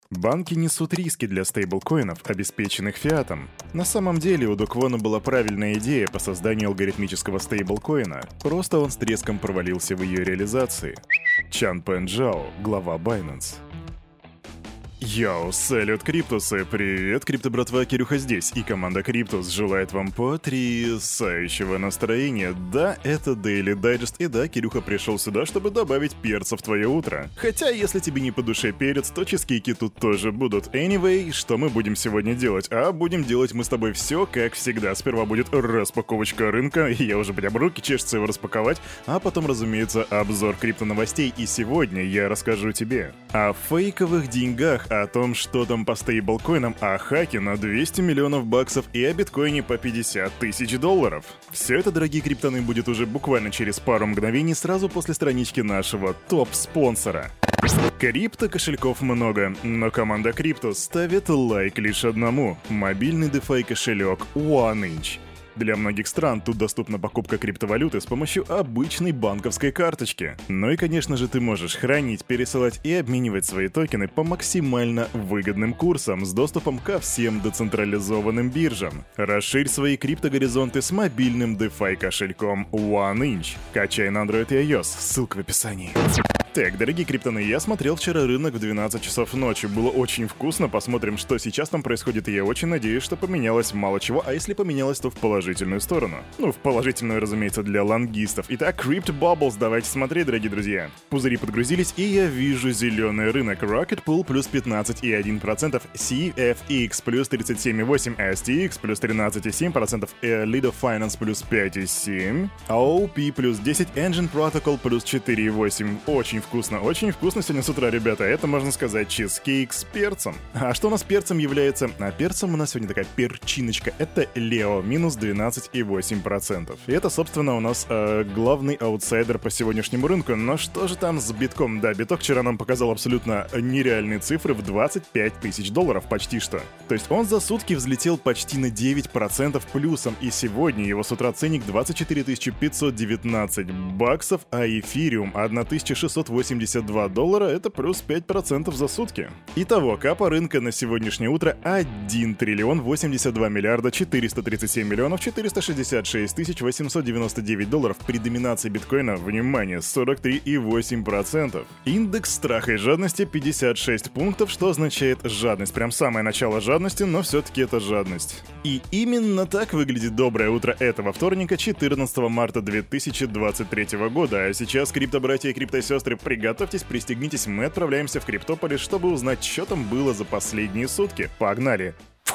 Банки несут риски для стейблкоинов, обеспеченных фиатом. На самом деле у Доквона была правильная идея по созданию алгоритмического стейблкоина, просто он с треском провалился в ее реализации. Чанпэн Джао, глава Binance. Йоу, салют, Криптусы! Привет, крипто-братва, Кирюха здесь, и команда Криптус желает вам потрясающего настроения. Да, это Daily Digest, и да, Кирюха пришел сюда, чтобы добавить перца в твое утро. Хотя, если тебе не по душе перец, то чизкейки тут тоже будут. Anyway, что мы будем сегодня делать? А будем делать мы с тобой все, как всегда. Сперва будет распаковочка рынка, и я уже прям руки чешутся его распаковать, а потом, разумеется, обзор крипто-новостей, и сегодня я расскажу тебе о фейковых деньгах, о том, что там по стейблкоинам, о хаке на 200 миллионов баксов и о биткоине по 50 тысяч долларов. Все это, дорогие криптоны, будет уже буквально через пару мгновений сразу после странички нашего топ-спонсора. Крипто-кошельков много, но команда Crypto ставит лайк лишь одному – мобильный DeFi кошелек OneInch. Для многих стран тут доступна покупка криптовалюты с помощью обычной банковской карточки. Ну и, конечно же, ты можешь хранить, пересылать и обменивать свои токены по максимально выгодным курсам с доступом ко всем децентрализованным биржам. Расширь свои криптогоризонты с мобильным DeFi кошельком OneInch. Качай на Android и iOS, ссылка в описании. Так, дорогие криптоны, я смотрел вчера рынок в 12 часов ночи. Было очень вкусно, посмотрим, что сейчас там происходит, и я очень надеюсь, что поменялось мало чего, а если поменялось, то в положительную сторону. Ну, в положительную, разумеется, для лонгистов. Итак, Crypto Bubbles, давайте смотреть, дорогие друзья. Пузыри подгрузились, и я вижу зеленый рынок. Rocket Pool плюс 15,1%, CFX плюс 37,8%, STX плюс 13,7%, Lido Finance плюс 5,7%, AOP плюс 10%, Engine Protocol плюс 4,8%. Очень вкусно сегодня с утра, ребята. Это, можно сказать, чизкейк с перцем. А что у нас перцем является? А перцем у нас сегодня такая перчиночка. Это Leo, минус 12,8%. И это, собственно, у нас главный аутсайдер по сегодняшнему рынку. Но что же там с битком? Да, биток вчера нам показал абсолютно нереальные цифры в 25 тысяч долларов, почти что. То есть он за сутки взлетел почти на 9% плюсом. И сегодня его с утра ценник 24 519 баксов, а эфириум 1682 доллара, это плюс 5% за сутки. Итого, капа рынка на сегодняшнее утро 1 триллион 82 миллиарда 437 миллионов 466 тысяч 899 долларов при доминации биткоина, внимание, 43,8%. Индекс страха и жадности 56 пунктов, что означает жадность. Прям самое начало жадности, но все-таки это жадность. И именно так выглядит доброе утро этого вторника, 14 марта 2023 года. А сейчас, крипто-братья и крипто-сестры, приготовьтесь, пристегнитесь, мы отправляемся в Криптополис, чтобы узнать, что там было за последние сутки. Погнали!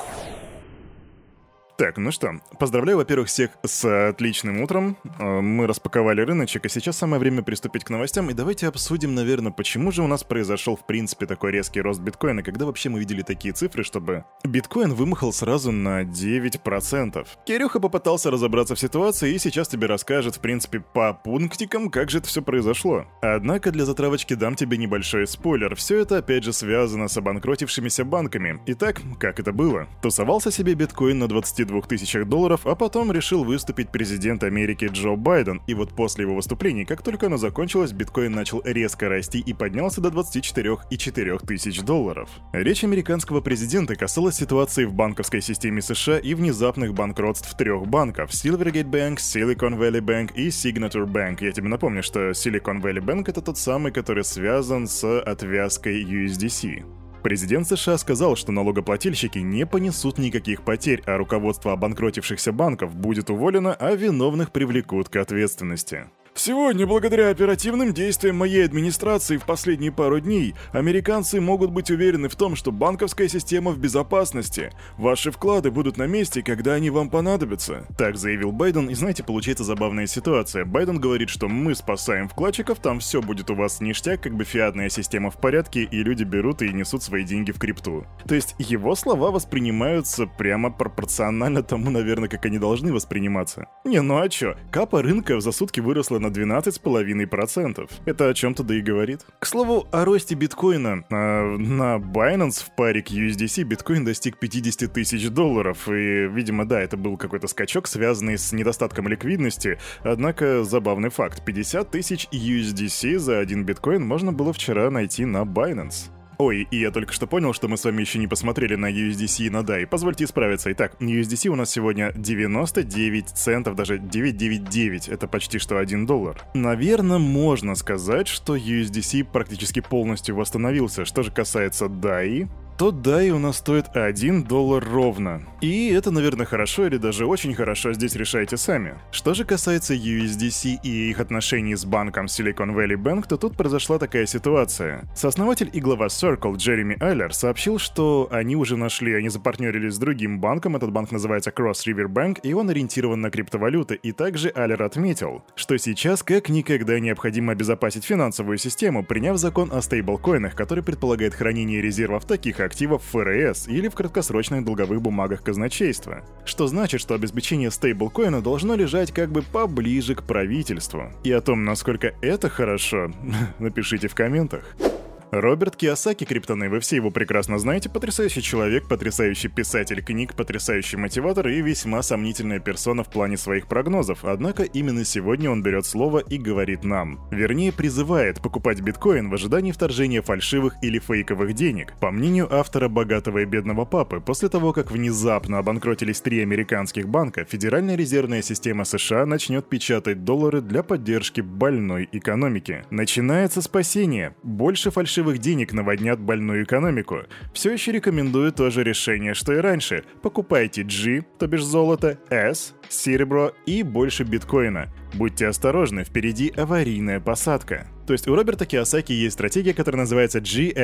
Так, ну что, поздравляю, во-первых, всех с отличным утром. Мы распаковали рыночек, и сейчас самое время приступить к новостям. И давайте обсудим, наверное, почему же у нас произошел, в принципе, такой резкий рост биткоина, когда вообще мы видели такие цифры, чтобы биткоин вымахал сразу на 9%. Кирюха попытался разобраться в ситуации и сейчас тебе расскажет, в принципе, по пунктикам, как же это все произошло. Однако для затравочки дам тебе небольшой спойлер. Все это, опять же, связано с обанкротившимися банками. Итак, как это было? Тусовался себе биткоин на 22 тысячах долларов, а потом решил выступить президент Америки Джо Байден. И вот после его выступлений, как только оно закончилось, биткоин начал резко расти и поднялся до 24,4 тысяч долларов. Речь американского президента касалась ситуации в банковской системе США и внезапных банкротств 3 банков: Silvergate Bank, Silicon Valley Bank и Signature Bank. Я тебе напомню, что Silicon Valley Bank — это тот самый, который связан с отвязкой USDC. Президент США сказал, что налогоплательщики не понесут никаких потерь, а руководство обанкротившихся банков будет уволено, а виновных привлекут к ответственности. Сегодня, благодаря оперативным действиям моей администрации в последние пару дней, американцы могут быть уверены в том, что банковская система в безопасности. Ваши вклады будут на месте, когда они вам понадобятся. Так заявил Байден, и знаете, получается забавная ситуация. Байден говорит, что мы спасаем вкладчиков, там все будет у вас ништяк, как бы фиатная система в порядке, и люди берут и несут свои деньги в крипту. То есть его слова воспринимаются прямо пропорционально тому, наверное, как они должны восприниматься. Не, ну а чё? Капа рынка за сутки выросла на 12,5%. Это о чем-то да и говорит. К слову, о росте биткоина. На Binance в паре к USDC биткоин достиг 50 тысяч долларов. И, видимо, да, это был какой-то скачок, связанный с недостатком ликвидности. Однако, забавный факт. 50 тысяч USDC за один биткоин можно было вчера найти на Binance. Ой, и я только что понял, что мы с вами еще не посмотрели на USDC и на DAI. Позвольте исправиться. Итак, USDC у нас сегодня 99 центов, даже 999. Это почти что $1. Наверное, можно сказать, что USDC практически полностью восстановился. Что же касается DAI, то DAI у нас стоит $1 ровно. И это, наверное, хорошо или даже очень хорошо, здесь решайте сами. Что же касается USDC и их отношений с банком Silicon Valley Bank, то тут произошла такая ситуация. Сооснователь и глава Circle Джереми Айлер сообщил, что они запартнерились с другим банком, этот банк называется Cross River Bank, и он ориентирован на криптовалюты. И также Айлер отметил, что сейчас как никогда необходимо обезопасить финансовую систему, приняв закон о стейблкоинах, который предполагает хранение резервов таких активов в ФРС или в краткосрочных долговых бумагах казначейства. Что значит, что обеспечение стейблкоина должно лежать как бы поближе к правительству. И о том, насколько это хорошо, напишите в комментах. Роберт Кийосаки, криптоны, вы все его прекрасно знаете, потрясающий человек, потрясающий писатель книг, потрясающий мотиватор и весьма сомнительная персона в плане своих прогнозов. Однако именно сегодня он берет слово и говорит нам. Вернее, призывает покупать биткоин в ожидании вторжения фальшивых или фейковых денег. По мнению автора «Богатого и бедного папы», после того, как внезапно обанкротились 3 американских банка, Федеральная резервная система США начнет печатать доллары для поддержки больной экономики. Начинается спасение. Больше фальшивых денег наводнят больную экономику. Все еще рекомендую то же решение, что и раньше. Покупайте G, то бишь золото, S, серебро и больше биткоина. Будьте осторожны, впереди аварийная посадка. То есть у Роберта Кийосаки есть стратегия, которая называется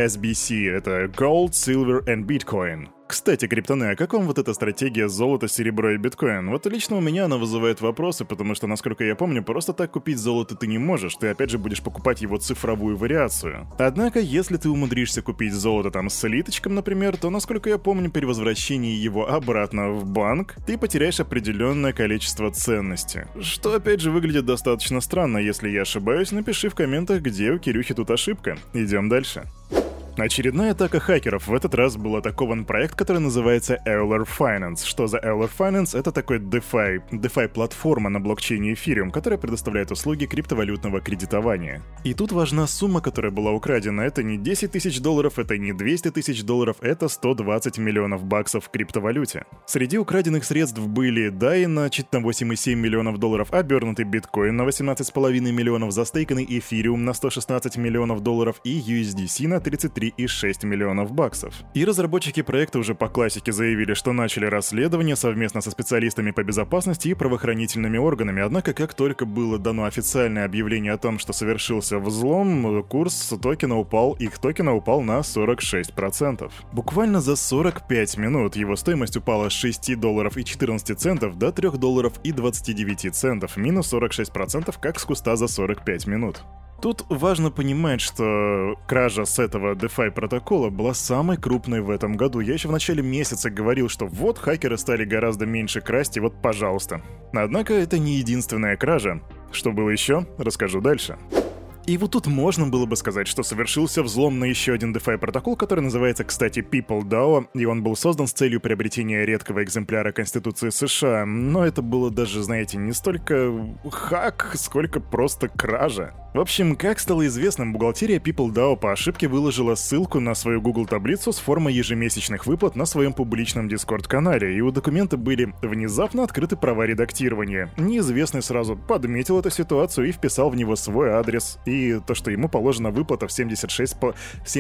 GSBC. Это Gold, Silver and Bitcoin. Кстати, криптоны, а как вам вот эта стратегия золото, серебро и биткоин? Вот лично у меня она вызывает вопросы, потому что, насколько я помню, просто так купить золото ты не можешь, ты опять же будешь покупать его цифровую вариацию. Однако, если ты умудришься купить золото там с слиточком, например, то, насколько я помню, при возвращении его обратно в банк, ты потеряешь определенное количество ценности. Что, опять же, выглядит достаточно странно. Если я ошибаюсь, напиши в комментах, где у Кирюхи тут ошибка. Идем дальше. Очередная атака хакеров. В этот раз был атакован проект, который называется Euler Finance. Что за Euler Finance? Это такой DeFi-платформа на блокчейне Ethereum, которая предоставляет услуги криптовалютного кредитования. И тут важна сумма, которая была украдена. Это не $10 тысяч, это не $200 тысяч, это 120 миллионов баксов в криптовалюте. Среди украденных средств были DAI на $8,7 миллионов, обернутый биткоин на 18,5 миллионов, застейканный Ethereum на $116 миллионов и USDC на 33,6 миллионов баксов. И разработчики проекта уже по классике заявили, что начали расследование совместно со специалистами по безопасности и правоохранительными органами. Однако, как только было дано официальное объявление о том, что совершился взлом, курс их токена упал на 46%. Буквально за 45 минут его стоимость упала с $6.14 до $3.29, минус 46%, как с куста за 45 минут. Тут важно понимать, что кража с этого DeFi протокола была самой крупной в этом году. Я еще в начале месяца говорил, что вот хакеры стали гораздо меньше красть, и вот пожалуйста. Однако это не единственная кража. Что было еще, расскажу дальше. И вот тут можно было бы сказать, что совершился взлом на еще один DeFi протокол, который называется, кстати, PeopleDAO, и он был создан с целью приобретения редкого экземпляра Конституции США. Но это было даже, знаете, не столько хак, сколько просто кража. В общем, как стало известным, бухгалтерия PeopleDAO по ошибке выложила ссылку на свою Google-таблицу с формой ежемесячных выплат на своем публичном Discord-канале, и у документа были внезапно открыты права редактирования. Неизвестный сразу подметил эту ситуацию и вписал в него свой адрес, и то, что ему положена выплата в 76,5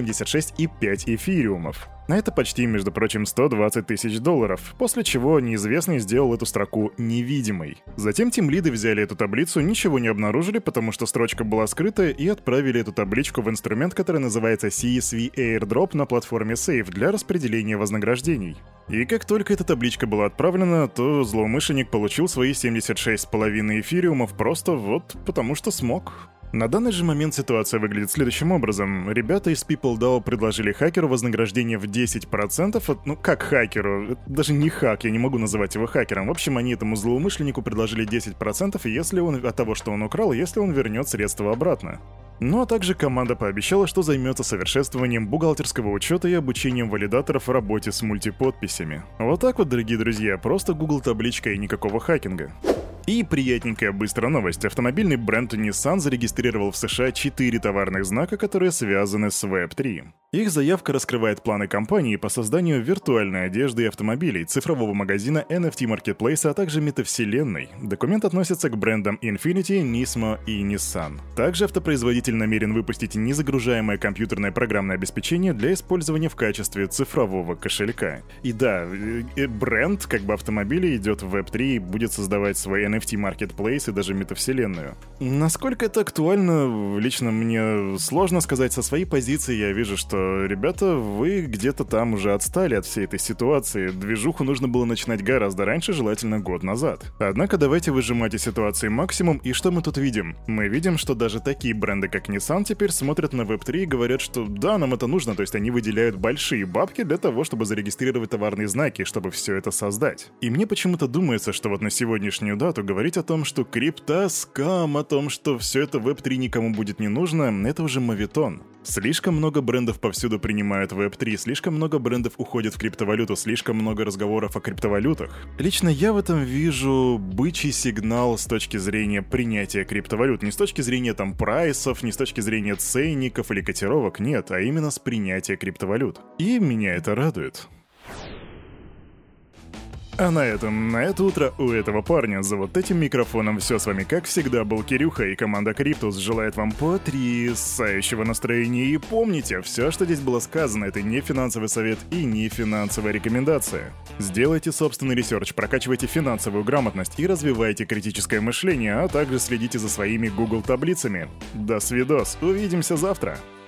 эфириумов. А это почти, между прочим, $120 тысяч, после чего неизвестный сделал эту строку невидимой. Затем тимлиды взяли эту таблицу, ничего не обнаружили, потому что строчка была скрыта, и отправили эту табличку в инструмент, который называется CSV Airdrop на платформе Safe для распределения вознаграждений. И как только эта табличка была отправлена, то злоумышленник получил свои 76,5 эфириумов просто вот потому что смог. На данный же момент ситуация выглядит следующим образом. Ребята из PeopleDAO предложили хакеру вознаграждение в 10%, как хакеру, это даже не хак, я не могу называть его хакером. В общем, они этому злоумышленнику предложили 10%, если он от того, что он украл, если он вернет средства обратно. Ну а также команда пообещала, что займется совершенствованием бухгалтерского учета и обучением валидаторов в работе с мультиподписями. Вот так вот, дорогие друзья, просто Google табличка и никакого хакинга. И приятненькая быстрая новость. Автомобильный бренд Nissan зарегистрировал в США 4 товарных знака, которые связаны с Web3. Их заявка раскрывает планы компании по созданию виртуальной одежды и автомобилей, цифрового магазина, NFT-маркетплейса, а также метавселенной. Документ относится к брендам Infiniti, Nismo и Nissan. Также автопроизводитель намерен выпустить незагружаемое компьютерное программное обеспечение для использования в качестве цифрового кошелька. И да, бренд автомобилей идет в Web3 и будет создавать свой NFT-маркетплейс и даже метавселенную. Насколько это актуально, лично мне сложно сказать. Со своей позиции я вижу, что ребята, вы где-то там уже отстали от всей этой ситуации. Движуху нужно было начинать гораздо раньше, желательно год назад. Однако давайте выжимать из ситуации максимум, и что мы тут видим? Мы видим, что даже такие бренды, как Nissan, теперь смотрят на Web3 и говорят, что да, нам это нужно, то есть они выделяют большие бабки для того, чтобы зарегистрировать товарные знаки, чтобы все это создать. И мне почему-то думается, что вот на сегодняшнюю дату говорить о том, что крипта, скам, о том, что все это Web3 никому будет не нужно, это уже моветон. Слишком много брендов повсюду принимают Web3, слишком много брендов уходит в криптовалюту, слишком много разговоров о криптовалютах. Лично я в этом вижу бычий сигнал с точки зрения принятия криптовалют. Не с точки зрения прайсов, не с точки зрения ценников или котировок, нет, а именно с принятия криптовалют. И меня это радует. А на это утро у этого парня за вот этим микрофоном все с вами, как всегда, был Кирюха, и команда Криптус желает вам потрясающего настроения. И помните, все, что здесь было сказано, это не финансовый совет и не финансовая рекомендация. Сделайте собственный ресерч, прокачивайте финансовую грамотность и развивайте критическое мышление, а также следите за своими Google таблицами. До свидос, увидимся завтра!